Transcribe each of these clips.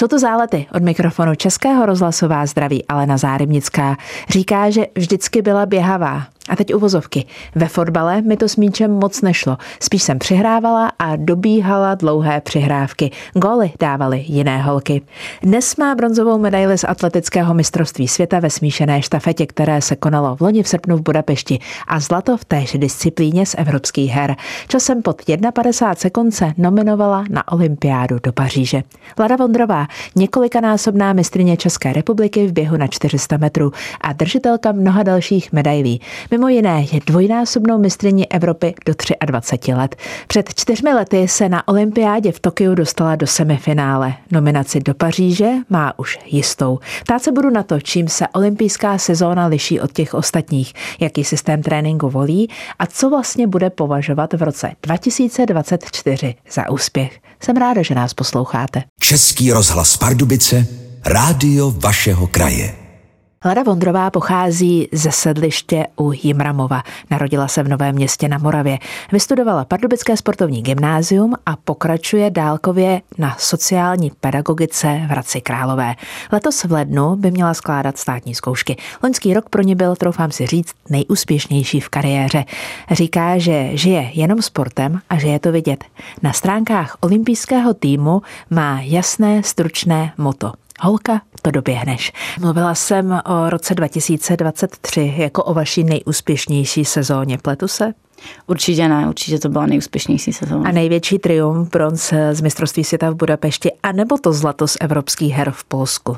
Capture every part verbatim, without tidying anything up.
Jsou to Zálety, od mikrofonu Českého rozhlasu vás zdraví Alena Zárybnická. Říká, že vždycky byla běhavá. A teď uvozovky. Ve fotbale mi to s míčem moc nešlo. Spíš jsem přihrávala a dobíhala dlouhé přihrávky. Góly dávaly jiné holky. Dnes má bronzovou medaili z atletického mistrovství světa ve smíšené štafetě, které se konalo v loni v srpnu v Budapešti, a zlato v též disciplíně z evropských her. Časem pod padesát jedna sekund se nominovala na olympiádu do Paříže. Lada Vondrová, několikanásobná mistryně České republiky v běhu na čtyři sta metrů a držitelka mnoha dalších medailí. Mimo jiné je dvojnásobnou mistryní Evropy do dvaceti tří let. Před čtyřmi lety se na olympiádě v Tokiu dostala do semifinále. Nominaci do Paříže má už jistou. Ptát se budu na to, čím se olympijská sezóna liší od těch ostatních, jaký systém tréninku volí a co vlastně bude považovat v roce dva tisíce dvacet čtyři za úspěch. Jsem ráda, že nás posloucháte. Český rozhlas Pardubice, rádio vašeho kraje. Lada Vondrová pochází ze sedliště u Jimramova. Narodila se v Novém Městě na Moravě. Vystudovala Pardubické sportovní gymnázium a pokračuje dálkově na sociální pedagogice v Hradci Králové. Letos v lednu by měla skládat státní zkoušky. Loňský rok pro ní byl, troufám si říct, nejúspěšnější v kariéře. Říká, že žije jenom sportem a že je to vidět. Na stránkách olympijského týmu má jasné, stručné motto. Holka, to doběhneš. Mluvila jsem o roce dva tisíce dvacet tři jako o vaší nejúspěšnější sezóně. Pletu se? Určitě ne, určitě to byla nejúspěšnější sezóna. A největší triumf, bronz z mistrovství světa v Budapešti, anebo to zlato z evropských her v Polsku?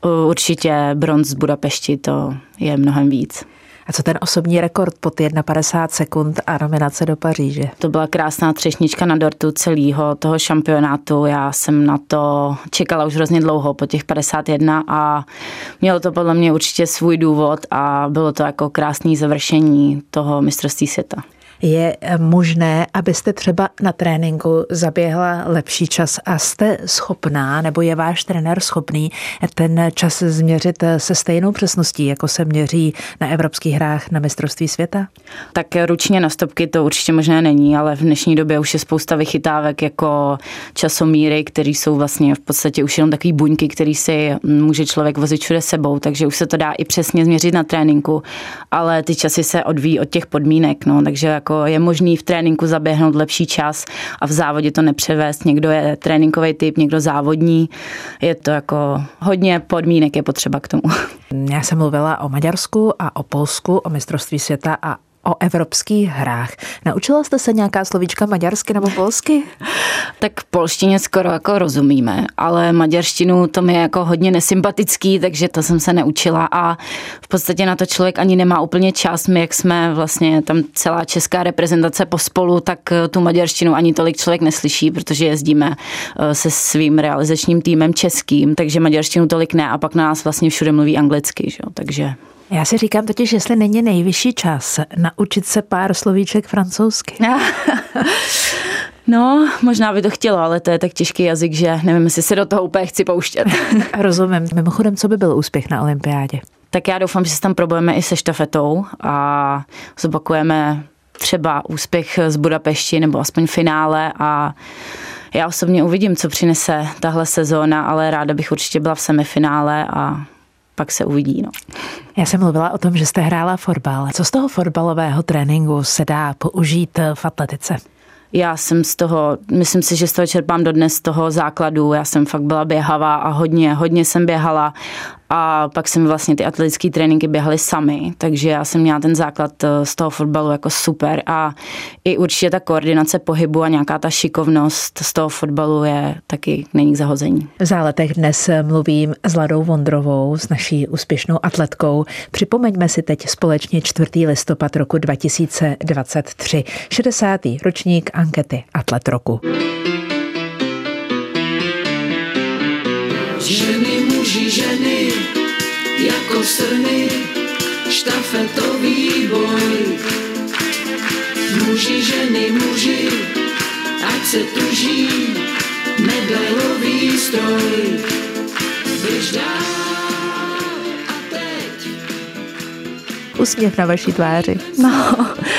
Určitě bronz z Budapešti, to je mnohem víc. A co ten osobní rekord pod padesát jedna sekund a nominace do Paříže? To byla krásná třešnička na dortu celého toho šampionátu. Já jsem na to čekala už hrozně dlouho, po těch padesát jedna, a mělo to podle mě určitě svůj důvod a bylo to jako krásné završení toho mistrovství světa. Je možné, abyste třeba na tréninku zaběhla lepší čas a jste schopná, nebo je váš trenér schopný ten čas změřit se stejnou přesností, jako se měří na evropských hrách na mistrovství světa? Tak ručně na stopky to určitě možné není, ale v dnešní době už je spousta vychytávek jako časomíry, které jsou vlastně v podstatě už jenom takový buňky, který si může člověk vozit všude sebou, takže už se to dá i přesně změřit na tréninku, ale ty časy se odvíjí od těch podmínek, no, takže jako je možný v tréninku zaběhnout lepší čas a v závodě to nepřevést. Někdo je tréninkový typ, někdo závodní. Je to jako hodně podmínek je potřeba k tomu. Já jsem mluvila o Maďarsku a o Polsku, o mistrovství světa a o evropských hrách. Naučila jste se nějaká slovíčka maďarsky nebo polsky? Tak polštině skoro jako rozumíme, ale maďarštinu to mi je jako hodně nesympatický, takže to jsem se neučila a v podstatě na to člověk ani nemá úplně čas. My, jak jsme vlastně tam celá česká reprezentace pospolu, tak tu maďarštinu ani tolik člověk neslyší, protože jezdíme se svým realizačním týmem českým, takže maďarštinu tolik ne a pak na nás vlastně všude mluví anglicky, že? Takže... Já si říkám totiž, jestli není nejvyšší čas naučit se pár slovíček francouzsky. No, možná by to chtělo, ale to je tak těžký jazyk, že nevím, jestli se do toho úplně chci pouštět. Rozumím. Mimochodem, co by byl úspěch na olympiádě? Tak já doufám, že se tam probujeme i se štafetou a zopakujeme třeba úspěch z Budapešti nebo aspoň finále a já osobně uvidím, co přinese tahle sezóna, ale ráda bych určitě byla v semifinále a pak se uvidí. No. Já jsem mluvila o tom, že jste hrála fotbal. Co z toho fotbalového tréninku se dá použít v atletice? Já jsem z toho, myslím si, že z toho čerpám dodnes z toho základu. Já jsem fakt byla běhavá a hodně, hodně jsem běhala a pak jsem vlastně ty atletické tréninky běhaly sami, takže já jsem měla ten základ z toho fotbalu jako super a i určitě ta koordinace pohybu a nějaká ta šikovnost z toho fotbalu je taky není k zahození. V Záletech dnes mluvím s Ladou Vondrovou, s naší úspěšnou atletkou. Připomeňme si teď společně čtvrtého listopadu roku dva tisíce dvacet tři, šedesátý ročník ankety Atlet roku. Ženy, muži, ženy, jako srny, štafetový boj. Muži, ženy, muži, ať se tuží, medailový stroj. Běž dál a teď. Úsměv na vaší tváři. No,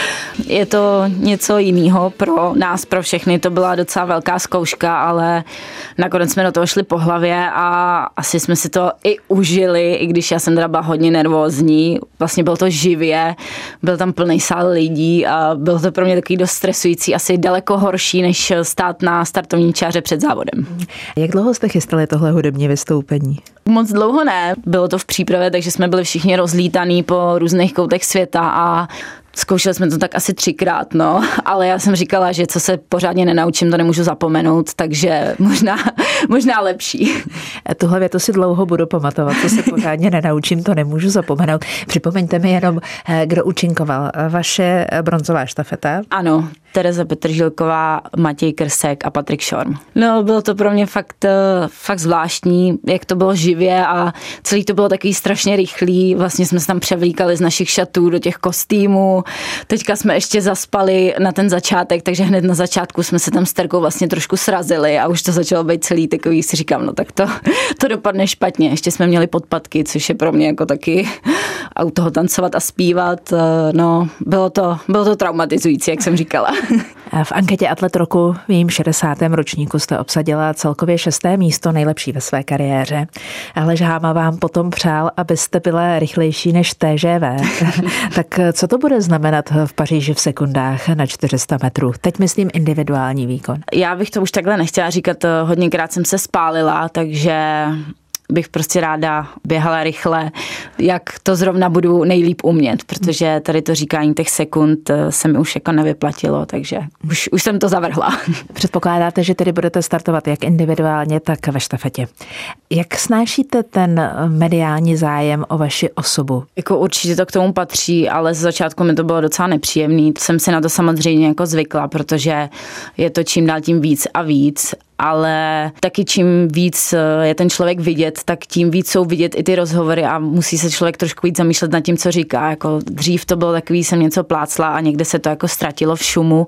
je to něco jiného pro nás, pro všechny. To byla docela velká zkouška, ale nakonec jsme do toho šli po hlavě a asi jsme si to i užili, i když já jsem teda byla hodně nervózní. Vlastně bylo to živě, byl tam plný sál lidí a bylo to pro mě takový dost stresující, asi daleko horší, než stát na startovní čáře před závodem. Jak dlouho jste chystali tohle hudební vystoupení? Moc dlouho ne. Bylo to v přípravě, takže jsme byli všichni rozlítaní po různých koutech světa a zkoušeli jsme to tak asi třikrát, no, ale já jsem říkala, že co se pořádně nenaučím, to nemůžu zapomenout, takže možná, možná lepší. Tuhle větu si dlouho budu pamatovat, co se pořádně nenaučím, to nemůžu zapomenout. Připomeňte mi jenom, kdo účinkoval. Vaše bronzová štafeta? Ano, Tereza Petržilková, Matěj Krsek a Patrik Šorm. No, bylo to pro mě fakt, fakt zvláštní, jak to bylo živě a celý to bylo takový strašně rychlý. Vlastně jsme se tam převlíkali z našich šatů do těch kostýmů. Teďka jsme ještě zaspali na ten začátek, takže hned na začátku jsme se tam s Terkou vlastně trošku srazili a už to začalo být celý takový, si říkám, no tak to, to dopadne špatně. Ještě jsme měli podpatky, což je pro mě jako taky a u toho tancovat a zpívat, no, bylo to, bylo to traumatizující, jak jsem říkala. V anketě Atlet roku v jejím šedesátém ročníku jste obsadila celkově šesté místo, nejlepší ve své kariéře. Aleš Háma vám potom přál, abyste byla rychlejší než T Ž V. Tak co to bude znamenat v Paříži v sekundách na čtyři sta metrů? Teď myslím individuální výkon. Já bych to už takhle nechtěla říkat, hodněkrát jsem se spálila, takže bych prostě ráda běhala rychle, jak to zrovna budu nejlíp umět, protože tady to říkání těch sekund se mi už jako nevyplatilo, takže už, už jsem to zavrhla. Předpokládáte, že tedy budete startovat jak individuálně, tak ve štafetě. Jak snášíte ten mediální zájem o vaši osobu? Jako určitě to k tomu patří, ale z začátku mi to bylo docela nepříjemný. Jsem si na to samozřejmě jako zvykla, protože je to čím dál tím víc a víc, ale taky čím víc je ten člověk vidět, tak tím víc jsou vidět i ty rozhovory a musí se člověk trošku víc zamýšlet nad tím, co říká. Jako dřív to bylo takový, jsem něco plácla a někde se to jako ztratilo v šumu.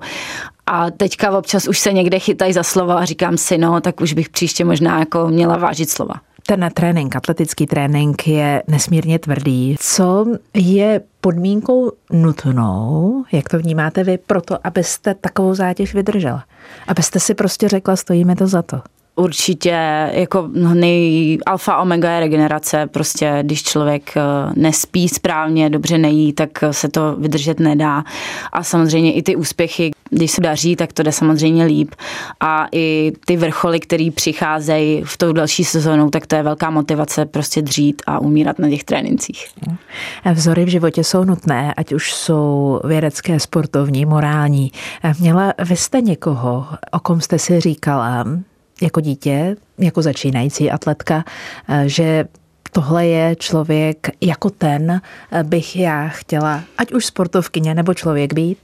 A teďka občas už se někde chytají za slova a říkám si, no, tak už bych příště možná jako měla vážit slova. Ten trénink, atletický trénink je nesmírně tvrdý. Co je podmínkou nutnou, jak to vnímáte vy, proto, abyste takovou zátěž vydržela? Abyste si prostě řekla, stojí mi to za to? Určitě jako nej alfa omega je regenerace, prostě když člověk nespí správně, dobře nejí, tak se to vydržet nedá. A samozřejmě i ty úspěchy, když se daří, tak to jde samozřejmě líp. A i ty vrcholy, které přicházejí v tou další sezónou, tak to je velká motivace prostě dřít a umírat na těch trénincích. Vzory v životě jsou nutné, ať už jsou vědecké, sportovní, morální. Měla vy jste někoho, o kom jste si říkala, jako dítě, jako začínající atletka, že tohle je člověk, jako ten bych já chtěla, ať už sportovkyně nebo člověk být?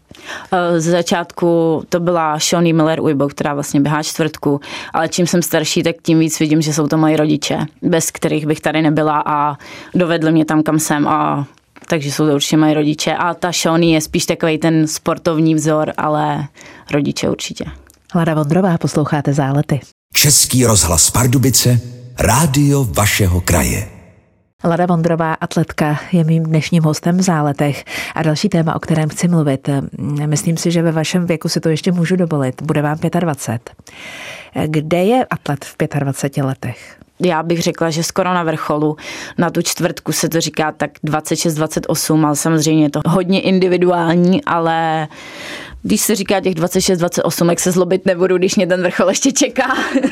Z začátku to byla Shawnee Miller-Uibo, která vlastně běhá čtvrtku, ale čím jsem starší, tak tím víc vidím, že jsou to moji rodiče, bez kterých bych tady nebyla a dovedli mě tam, kam jsem a takže jsou to určitě moji rodiče a ta Shawnee je spíš takový ten sportovní vzor, ale rodiče určitě. Lada Vondrová, posloucháte Zálety. Český rozhlas Pardubice, rádio vašeho kraje. Lada Vondrová, atletka, je mým dnešním hostem v Záletech. A další téma, o kterém chci mluvit, myslím si, že ve vašem věku si to ještě můžu dovolit. Bude vám dvacet pět. Kde je atlet v dvaceti pěti letech? Já bych řekla, že skoro na vrcholu. Na tu čtvrtku se to říká tak dvacet šest dvacet osm, ale samozřejmě je to hodně individuální, ale když se říká těch dvacet šest dvacet osm, jak se zlobit nebudu, když mě ten vrchol ještě čeká.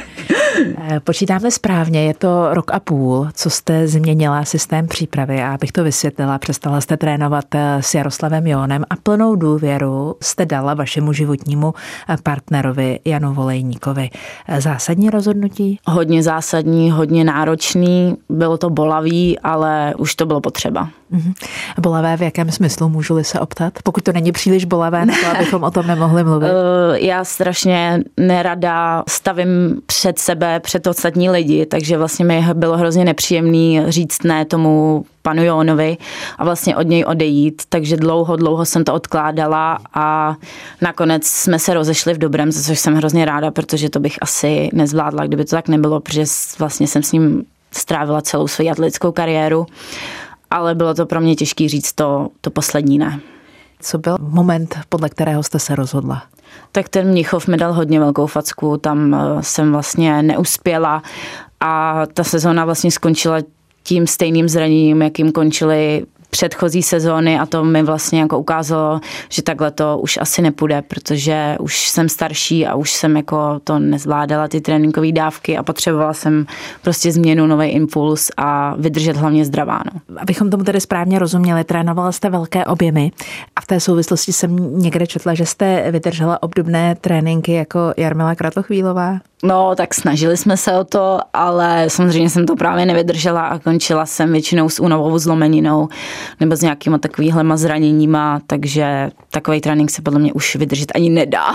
Počítáme správně, je to rok a půl, co jste změnila systém přípravy a abych to vysvětlila, přestala jste trénovat s Jaroslavem Jónem a plnou důvěru jste dala vašemu životnímu partnerovi Janu Volejníkovi. Zásadní rozhodnutí? Hodně zásadní, hodně náročný, bylo to bolavý, ale už to bylo potřeba. Mm-hmm. Bolavé v jakém smyslu, můžu-li se optat? Pokud to není příliš bolavé, to abychom o tom nemohli mluvit. Já strašně nerada stavím před sebe, před ostatní lidi, takže vlastně mi bylo hrozně nepříjemný říct ne tomu panu Jónovi a vlastně od něj odejít, takže dlouho, dlouho jsem to odkládala a nakonec jsme se rozešli v dobrém, za což jsem hrozně ráda, protože to bych asi nezvládla, kdyby to tak nebylo, protože vlastně jsem s ním strávila celou svou atletickou kariéru, ale bylo to pro mě těžké říct to, to poslední ne. Co byl moment, podle kterého jste se rozhodla? Tak ten Mnichov mi dal hodně velkou facku, tam jsem vlastně neuspěla a ta sezóna vlastně skončila tím stejným zraněním, jakým končily předchozí sezóny a to mi vlastně jako ukázalo, že takhle to už asi nepůjde, protože už jsem starší a už jsem jako to nezvládala ty tréninkové dávky a potřebovala jsem prostě změnu, nový impuls a vydržet hlavně zdravá. No. Abychom tomu tedy správně rozuměli, trénovala jste velké objemy a v té souvislosti jsem někde četla, že jste vydržela obdobné tréninky jako Jarmila Kratochvílová. No, tak snažili jsme se o to, ale samozřejmě jsem to právě nevydržela a končila jsem většinou s únavou zlomeninou nebo s nějakýma takovýhlema zraněníma, takže takový trénink se podle mě už vydržet ani nedá.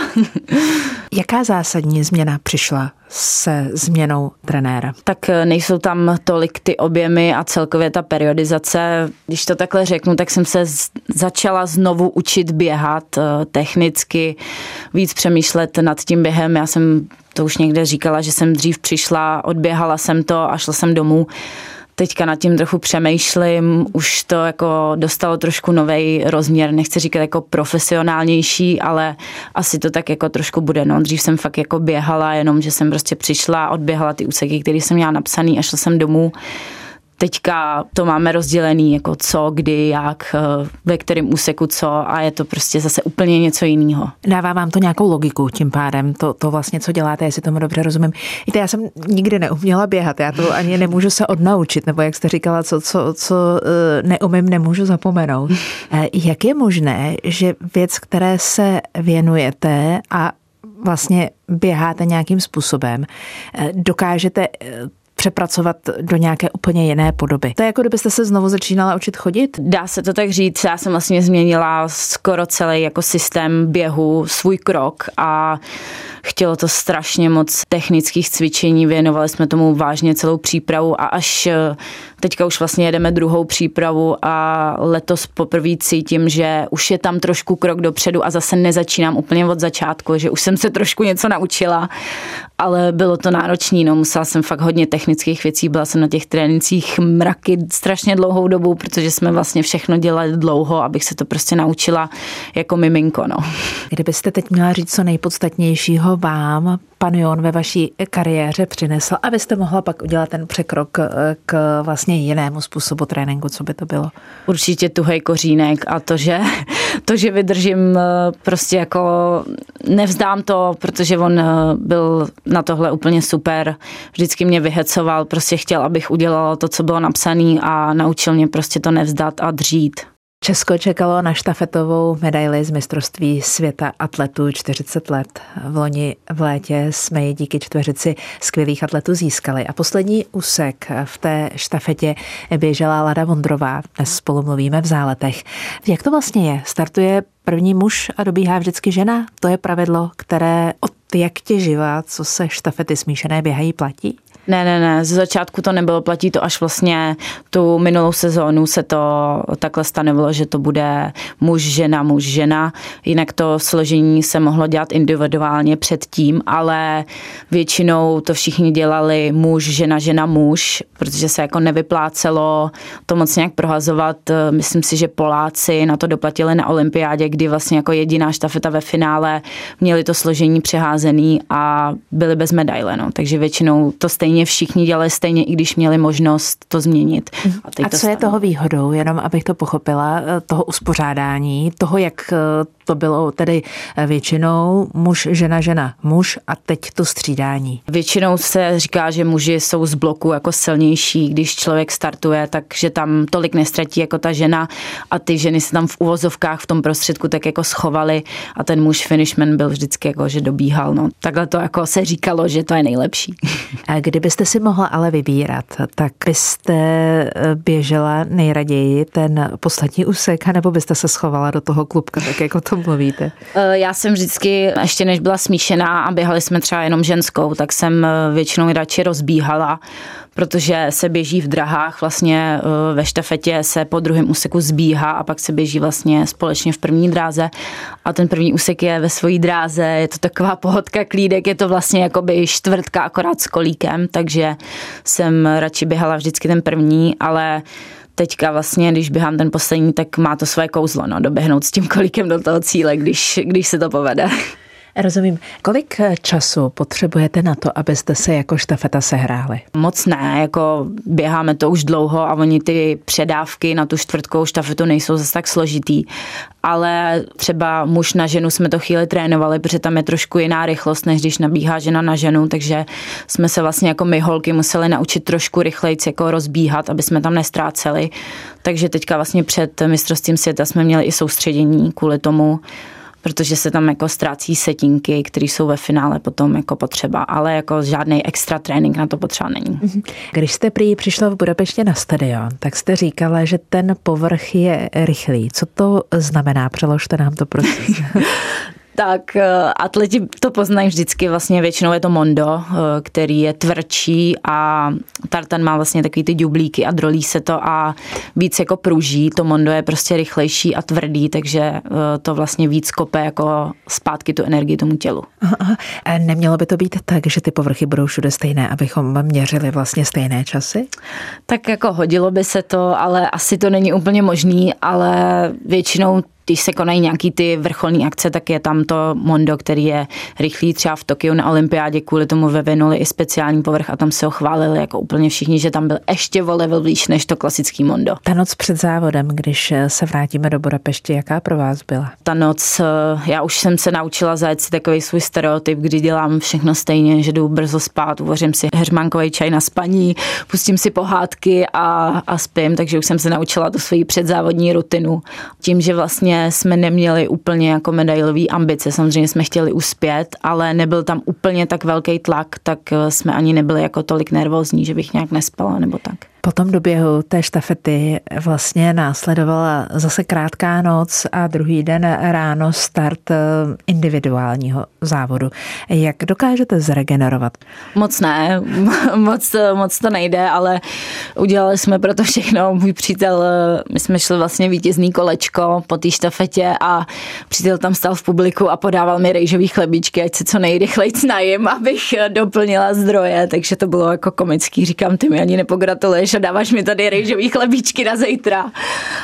Jaká zásadní změna přišla se změnou trenéra? Tak nejsou tam tolik ty objemy a celkově ta periodizace. Když to takhle řeknu, tak jsem se z- začala znovu učit běhat technicky, víc přemýšlet nad tím během. Já jsem to už někde říkala, že jsem dřív přišla, odběhala jsem to a šla jsem domů. Teďka nad tím trochu přemýšlím, už to jako dostalo trošku nový rozměr, nechci říkat jako profesionálnější, ale asi to tak jako trošku bude. No. Dřív jsem fakt jako běhala, jenom že jsem prostě přišla, odběhala ty úseky, které jsem měla napsaný a šla jsem domů. Teďka to máme rozdělený, jako co, kdy, jak, ve kterém úseku co a je to prostě zase úplně něco jiného. Dává vám to nějakou logiku tím pádem, to, to vlastně, co děláte, jestli tomu dobře rozumím. Víte, já jsem nikdy neuměla běhat, já to ani nemůžu se odnaučit, nebo jak jste říkala, co, co, co neumím, nemůžu zapomenout. Jak je možné, že věc, které se věnujete a vlastně běháte nějakým způsobem, dokážete přepracovat do nějaké úplně jiné podoby? To je jako kdybyste se znovu začínala učit chodit? Dá se to tak říct, já jsem vlastně změnila skoro celý jako systém běhu, svůj krok a chtělo to strašně moc technických cvičení, věnovali jsme tomu vážně celou přípravu a až teďka už vlastně jedeme druhou přípravu a letos poprvé cítím, že už je tam trošku krok dopředu a zase nezačínám úplně od začátku, že už jsem se trošku něco naučila, ale bylo to náročný, no, musela jsem fakt hodně technických věcí, byla jsem na těch trénincích mraky strašně dlouhou dobu, protože jsme vlastně všechno dělali dlouho, abych se to prostě naučila jako miminko, no. Kdybyste teď měla říct, co nejpodstatnějšího vám pan Jon ve vaší kariéře přinesl, abyste mohla pak udělat ten překrok k vlastně jinému způsobu tréninku, co by to bylo? Určitě tuhej kořínek a to, že, to, že vydržím prostě jako nevzdám to, protože on byl na tohle úplně super. Vždycky mě vyhecoval, prostě chtěl, abych udělala to, co bylo napsané a naučil mě prostě to nevzdat a dřít. Česko čekalo na štafetovou medaili z mistrovství světa atletů čtyřicet let. V loni v létě jsme ji díky čtveřici skvělých atletů získali. A poslední úsek v té štafetě běžela Lada Vondrová. Dnes spolu mluvíme v Záletech. Jak to vlastně je? Startuje první muž a dobíhá vždycky žena? To je pravidlo, které od jak těživa, co se štafety smíšené běhají, platí? Ne, ne, ne, ze začátku to nebylo, platí to až vlastně tu minulou sezónu se to takhle stanovilo, že to bude muž, žena, muž, žena. Jinak to složení se mohlo dělat individuálně předtím, ale většinou to všichni dělali muž, žena, žena, muž, protože se jako nevyplácelo to moc nějak prohazovat. Myslím si, že Poláci na to doplatili na olympiádě, kdy vlastně jako jediná štafeta ve finále měli to složení přeházený a byli bez medaile, no. Takže většinou to stejně všichni dělali stejně, i když měli možnost to změnit. A, teď a co to je toho výhodou, jenom abych to pochopila, toho uspořádání, toho, jak to bylo tedy většinou muž, žena, žena, muž a teď to střídání? Většinou se říká, že muži jsou z bloku jako silnější, když člověk startuje, takže tam tolik nestratí jako ta žena a ty ženy se tam v uvozovkách v tom prostředku tak jako schovaly a ten muž finishman byl vždycky jako, že dobíhal. No. Takhle to jako se říkalo, že to je nejlepší. A kdybyste si mohla ale vybírat, tak byste běžela nejraději ten poslední úsek, anebo byste se schovala do toho klubka, tak jako to mluvíte? Já jsem vždycky, ještě než byla smíšená a běhali jsme třeba jenom ženskou, tak jsem většinou radši rozbíhala, protože se běží v drahách, vlastně ve štafetě se po druhém úseku zbíhá a pak se běží vlastně společně v první dráze a ten první úsek je ve svojí dráze, je to taková pohodka klídek, je to vlastně jakoby čtvrtka akorát s kolíkem, takže jsem radši běhala vždycky ten první, ale teďka vlastně, když běhám ten poslední, tak má to své kouzlo, no, doběhnout s tím kolíkem do toho cíle, když, když se to povede. Rozumím. Kolik času potřebujete na to, abyste se jako štafeta sehráli? Moc ne, jako běháme to už dlouho a oni ty předávky na tu čtvrtkovou štafetu nejsou zase tak složitý, ale třeba muž na ženu jsme to chvíli trénovali, protože tam je trošku jiná rychlost, než když nabíhá žena na ženu, takže jsme se vlastně jako my holky museli naučit trošku rychlejc jako rozbíhat, aby jsme tam nestráceli. Takže teďka vlastně před mistrovstvím světa jsme měli i soustředění kvůli tomu, protože se tam jako ztrácí setinky, které jsou ve finále potom jako potřeba, ale jako žádný extra trénink na to potřeba není. Když jste prý přišla v Budapešti na stadion, tak jste říkala, že ten povrch je rychlý. Co to znamená? Přeložte nám to, prosím. Tak atleti to poznají vždycky, vlastně většinou je to mondo, který je tvrdší a tartan má vlastně takový ty dublíky a drolí se to a víc jako pruží, to mondo je prostě rychlejší a tvrdý, takže to vlastně víc kope jako zpátky tu energii tomu tělu. Aha. Nemělo by to být tak, že ty povrchy budou všude stejné, abychom měřili vlastně stejné časy? Tak jako hodilo by se to, ale asi to není úplně možný, ale většinou když se konají nějaký ty vrcholní akce, tak je tam to mondo, který je rychlý. Třeba v Tokiu na olympiádě kvůli tomu vyvinuli i speciální povrch a tam se ho chválili jako úplně všichni, že tam byl ještě o level blíž než to klasický mondo. Ta noc před závodem, když se vrátíme do Budapešti, jaká pro vás byla? Ta noc, já už jsem se naučila zajet si takový svůj stereotyp, kdy dělám všechno stejně, že jdu brzo spát, uvařím si heřmánkový čaj na spaní, pustím si pohádky a, a spím, takže už jsem se naučila tu svoji předzávodní rutinu. Tím, že vlastně jsme neměli úplně jako medailový ambice, samozřejmě jsme chtěli uspět, ale nebyl tam úplně tak velký tlak, tak jsme ani nebyli jako tolik nervózní, že bych nějak nespala nebo tak. Po tom doběhu té štafety vlastně následovala zase krátká noc a druhý den ráno start individuálního závodu. Jak dokážete zregenerovat? Moc ne, moc, moc to nejde, ale udělali jsme pro to všechno. Můj přítel, my jsme šli vlastně vítězný kolečko po té štafetě a přítel tam stál v publiku a podával mi rejžový chlebíčky, ať se co nejrychleji najím, abych doplnila zdroje, takže to bylo jako komický. Říkám, ty mi ani nepogratuluješ a dáváš mi tady rejžový chlebíčky na zítra.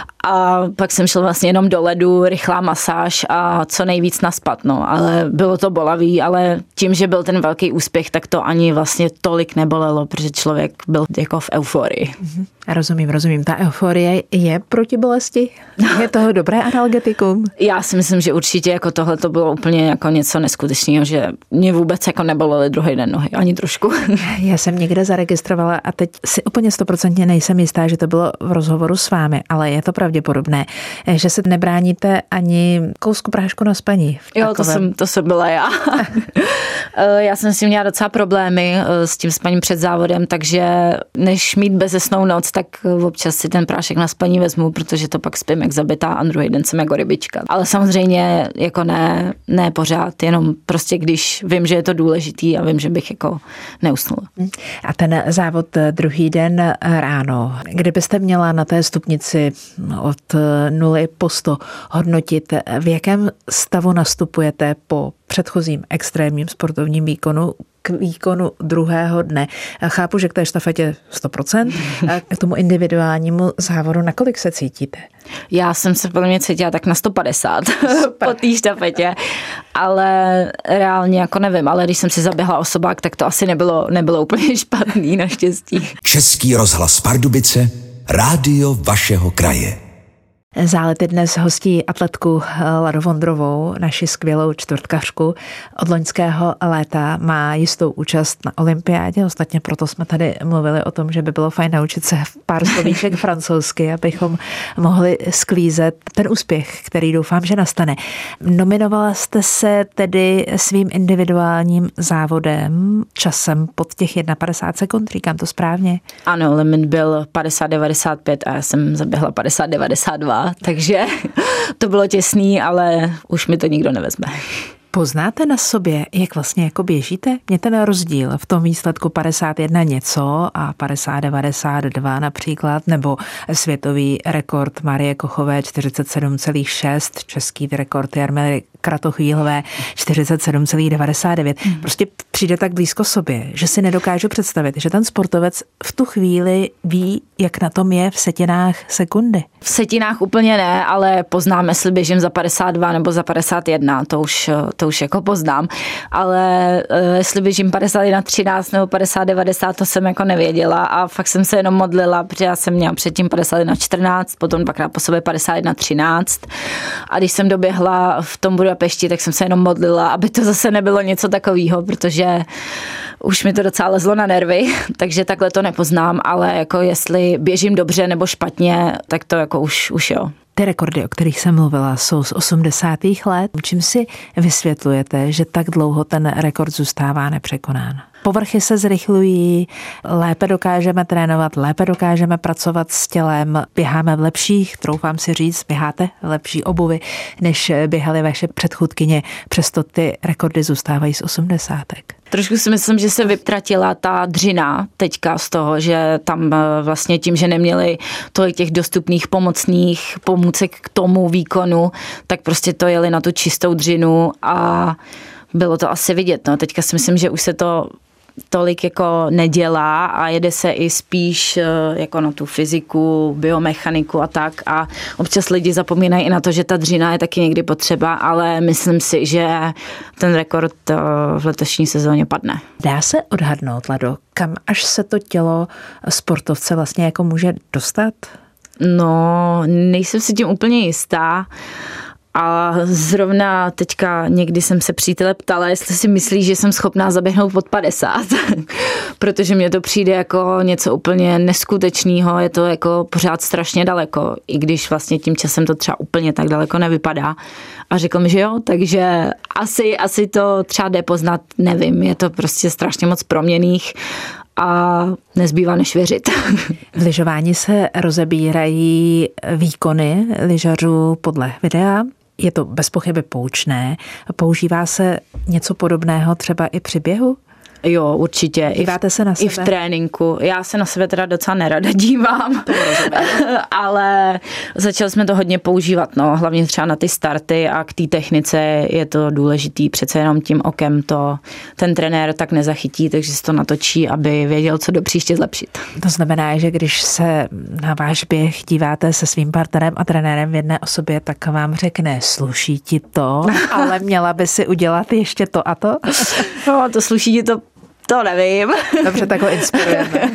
A pak jsem šel vlastně jenom do ledu, rychlá masáž a co nejvíc naspat, no. Ale bylo to bolavý, ale tím, že byl ten velký úspěch, tak to ani vlastně tolik nebolelo, protože člověk byl jako v euforii. Rozumím, rozumím. Ta euforie je proti bolesti? Je toho dobré analgetikum? Já si myslím, že určitě jako tohle to bylo úplně jako něco neskutečného, že mě vůbec jako nebolely druhý den nohy, ani trošku. Já jsem někde zaregistrovala a teď si úplně stoprocentně nejsem jistá, že to bylo v rozhovoru s vámi, ale je to pravděpodobné, že se nebráníte ani kousku prášku na spaní. Jo, to jsem, to jsem byla já. Já jsem s tím měla docela problémy s tím spaním před závodem, takže než mít bezesnou noc, tak občas si ten prášek na spaní vezmu, protože to pak spím jak zabitá a druhý den jsem jako rybička. Ale samozřejmě jako ne, ne pořád, jenom prostě když vím, že je to důležitý a vím, že bych jako neusnula. A ten závod druhý den ráno, kdybyste měla na té stupnici od nuly po sto hodnotit, v jakém stavu nastupujete po předchozím extrémním sportovním výkonu k výkonu druhého dne. Chápu, že k té štafetě sto procent, a k tomu individuálnímu závodu, nakolik se cítíte? Já jsem se podle mě cítila tak na sto padesát po té štafetě, ale reálně jako nevím, ale když jsem si zaběhla osobák, tak to asi nebylo, nebylo úplně špatný, naštěstí. Český rozhlas Pardubice, rádio vašeho kraje. Zálety dnes hostí atletku Ladu Vondrovou, naši skvělou čtvrtkařku. Od loňského léta má jistou účast na olympiádě, ostatně proto jsme tady mluvili o tom, že by bylo fajn naučit se pár slovíček francouzsky, abychom mohli sklízet ten úspěch, který doufám, že nastane. Nominovala jste se tedy svým individuálním závodem časem pod těch padesát jedna sekund, říkám to správně? Ano, limit byl padesát devadesát pět a já jsem zaběhla padesát devadesát dva. Takže to bylo těsný, ale už mi to nikdo nevezme. Poznáte na sobě, jak vlastně jako běžíte? Mě ten rozdíl v tom výsledku padesát jedna něco a padesát devadesát dva například, nebo světový rekord Marie Kochové čtyřicet sedm celá šest, český rekord Jarmily Kratochvílové čtyřicet sedm celá devadesát devět. Hmm. Prostě přijde tak blízko sobě, že si nedokážu představit, že ten sportovec v tu chvíli ví, jak na tom je v setinách sekundy. V setinách úplně ne, ale poznám, jestli běžím za padesát dva nebo za padesát jedna, to už, to už jako poznám, ale jestli běžím padesát jedna třináct nebo padesát devadesát, to jsem jako nevěděla a fakt jsem se jenom modlila, protože já jsem měla předtím padesát jedna čtrnáct, potom dvakrát po sobě padesát jedna třináct a když jsem doběhla v tom Budapešti, tak jsem se jenom modlila, aby to zase nebylo něco takového, protože už mi to docela lezlo na nervy, takže takhle to nepoznám, ale jako jestli běžím dobře nebo špatně, tak to jako už, už jo. Ty rekordy, o kterých jsem mluvila, jsou z osmdesátých let. Čím si vysvětlujete, že tak dlouho ten rekord zůstává nepřekonán? Povrchy se zrychlují, lépe dokážeme trénovat, lépe dokážeme pracovat s tělem, běháme v lepších, troufám si říct, běháte v lepší obuvi, než běhaly vaše předchůdkyně, přesto ty rekordy zůstávají z osmdesátek. Trošku si myslím, že se vytratila ta dřina teďka z toho, že tam vlastně tím, že neměli tolik těch dostupných pomocných pomůcek k tomu výkonu, tak prostě to jeli na tu čistou dřinu a bylo to asi vidět. No. Teďka si myslím, že už se to tolik jako nedělá a jede se i spíš jako na tu fyziku, biomechaniku a tak a občas lidi zapomínají i na to, že ta dřina je taky někdy potřeba, ale myslím si, že ten rekord v letošní sezóně padne. Dá se odhadnout, Lado, kam až se to tělo sportovce vlastně jako může dostat? No, nejsem si tím úplně jistá. A zrovna teďka někdy jsem se přítele ptala, jestli si myslí, že jsem schopná zaběhnout pod padesát, protože mně to přijde jako něco úplně neskutečného, je to jako pořád strašně daleko, i když vlastně tím časem to třeba úplně tak daleko nevypadá. A řekl mi, že jo, takže asi, asi to třeba jde poznat, nevím, je to prostě strašně moc proměnných a nezbývá než věřit. V lyžování se rozebírají výkony lyžařů podle videa. Je to bez pochyby poučné. Používá se něco podobného třeba i při běhu? Jo, určitě. Díváte se na sebe? I v tréninku. Já se na sebe teda docela nerada dívám, ale začali jsme to hodně používat, no, hlavně třeba na ty starty a k té technice je to důležitý, přece jenom tím okem to ten trenér tak nezachytí, takže si to natočí, aby věděl, co do příště zlepšit. To znamená, že když se na váš běh díváte se svým partnerem a trenérem v jedné osobě, tak vám řekne, sluší ti to, ale měla by si udělat ještě to a to? No, to sluší ti to To nevím. Dobře, tak ho inspirujeme.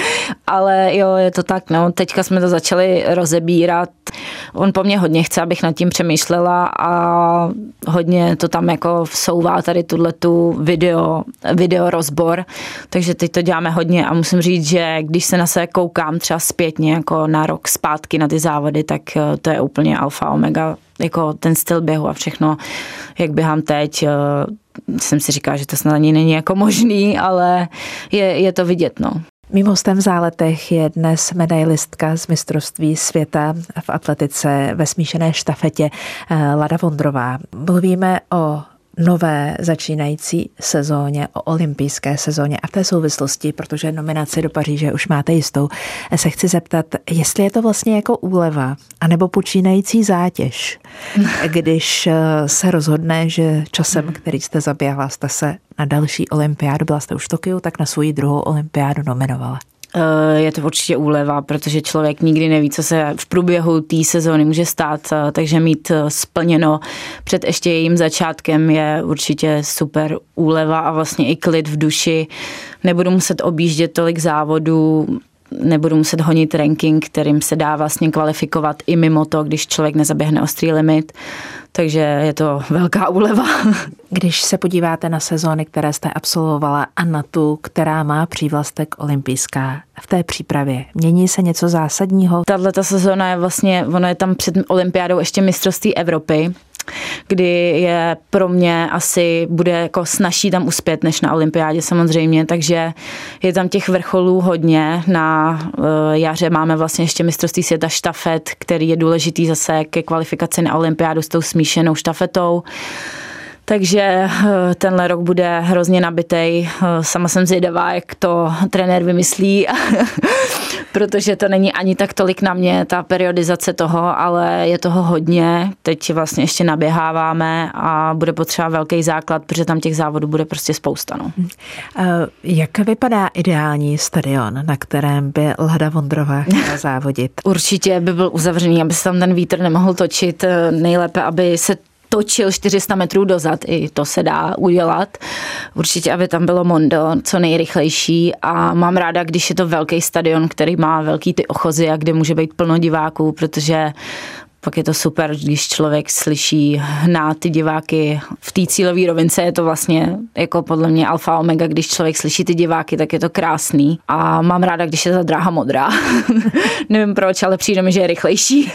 Ale jo, je to tak, no. Teďka jsme to začali rozebírat. On po mně hodně chce, abych nad tím přemýšlela a hodně to tam jako vsouvá tady tuhletu video, video rozbor. Takže teď to děláme hodně a musím říct, že když se na sebe koukám třeba zpětně jako na rok zpátky na ty závody, tak to je úplně alfa omega, jako ten styl běhu a všechno, jak běhám teď. Jsem si říkala, že to snad ani není jako možný, ale je, je to vidět, no. Mým hostem v Záletech je dnes medailistka z mistrovství světa v atletice ve smíšené štafetě Lada Vondrová. Mluvíme o nové začínající sezóně, o olympijské sezóně a v té souvislosti, protože nominaci do Paříže už máte jistou, se chci zeptat, jestli je to vlastně jako úleva anebo počínající zátěž, když se rozhodne, že časem, který jste zaběhla, jste se na další olympiádu, byla jste už v Tokiu, tak na svou druhou olympiádu nominovala. Je to určitě úleva, protože člověk nikdy neví, co se v průběhu té sezóny může stát, takže mít splněno před ještě jejím začátkem je určitě super úleva a vlastně i klid v duši. Nebudu muset objíždět tolik závodů, nebudu muset honit ranking, kterým se dá vlastně kvalifikovat i mimo to, když člověk nezaběhne ostrý limit. Takže je to velká úleva. Když se podíváte na sezóny, které jste absolvovala a na tu, která má přívlastek olympijská, v té přípravě mění se něco zásadního? Tato sezóna je vlastně, ono je tam před olympiádou ještě mistrovství Evropy, kdy je pro mě asi bude jako snazší tam uspět než na olympiádě samozřejmě, takže je tam těch vrcholů hodně. Na jaře máme vlastně ještě mistrovství světa štafet, který je důležitý zase ke kvalifikaci na olympiádu s tou smíšenou štafetou. Takže tenhle rok bude hrozně nabitej. Sama jsem zvědavá, jak to trenér vymyslí, protože to není ani tak tolik na mě, ta periodizace toho, ale je toho hodně. Teď vlastně ještě naběháváme a bude potřeba velký základ, protože tam těch závodů bude prostě spousta. No. Jak vypadá ideální stadion, na kterém by Lada Vondrová chtěla závodit? Určitě by byl uzavřený, aby se tam ten vítr nemohl točit. Nejlépe, aby se točil čtyři sta metrů dozad, i to se dá udělat. Určitě, aby tam bylo mondo co nejrychlejší a mám ráda, když je to velký stadion, který má velký ty ochozy a kde může být plno diváků, protože pak je to super, když člověk slyší hnát ty diváky. V té cílové rovince je to vlastně jako podle mě alfa omega, když člověk slyší ty diváky, tak je to krásný. A mám ráda, když je ta dráha modrá. Nevím proč, ale přijde mi, že je rychlejší.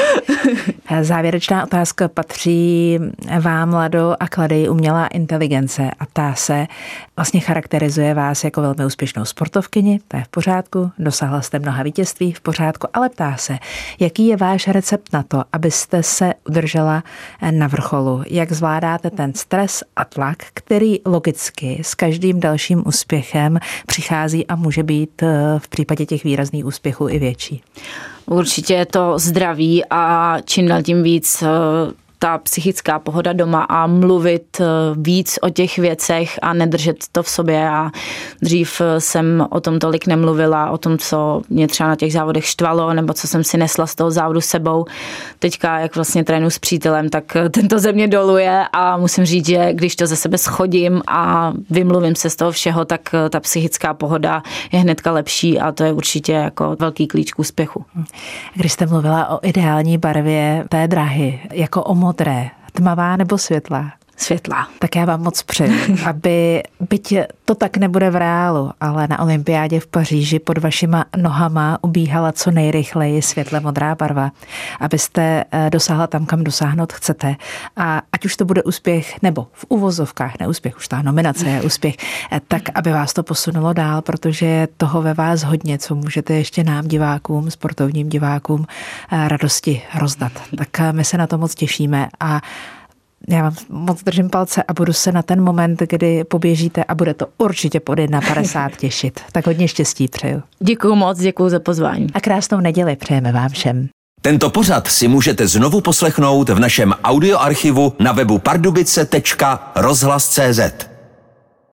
Závěrečná otázka patří vám, Lado, a klade umělá inteligence a ta se vlastně charakterizuje vás jako velmi úspěšnou sportovkyni, to je v pořádku, dosáhla jste mnoha vítězství, v pořádku, ale ptá se, jaký je váš recept na to, abyste se udržela na vrcholu, jak zvládáte ten stres a tlak, který logicky s každým dalším úspěchem přichází a může být v případě těch výrazných úspěchů i větší. Určitě je to zdraví a čím dál tím víc ta psychická pohoda doma a mluvit víc o těch věcech a nedržet to v sobě. A dřív jsem o tom tolik nemluvila, o tom, co mě třeba na těch závodech štvalo, nebo co jsem si nesla z toho závodu sebou. Teďka, jak vlastně trénuji s přítelem, tak tento ze mě doluje a musím říct, že když to ze sebe schodím a vymluvím se z toho všeho, tak ta psychická pohoda je hnedka lepší a to je určitě jako velký klíč k úspěchu. Když jste mluvila o ideální barvě té dráhy, jako o modré, tmavá nebo světlá? Světlá. Tak já vám moc přeju, aby, byť to tak nebude v reálu, ale na olympiádě v Paříži pod vašima nohama ubíhala co nejrychleji světle modrá barva, abyste dosáhla tam, kam dosáhnout chcete. A ať už to bude úspěch, nebo v uvozovkách neúspěch, už ta nominace je úspěch, tak aby vás to posunulo dál, protože je toho ve vás hodně, co můžete ještě nám, divákům, sportovním divákům, radosti rozdat. Tak my se na to moc těšíme a já vám moc držím palce a budu se na ten moment, kdy poběžíte a bude to určitě pod jedna padesát těšit. Tak hodně štěstí přeju. Děkuju moc, děkuju za pozvání. A krásnou neděli přejeme vám všem. Tento pořad si můžete znovu poslechnout v našem audioarchivu na webu pardubice tečka rozhlas tečka cé zet.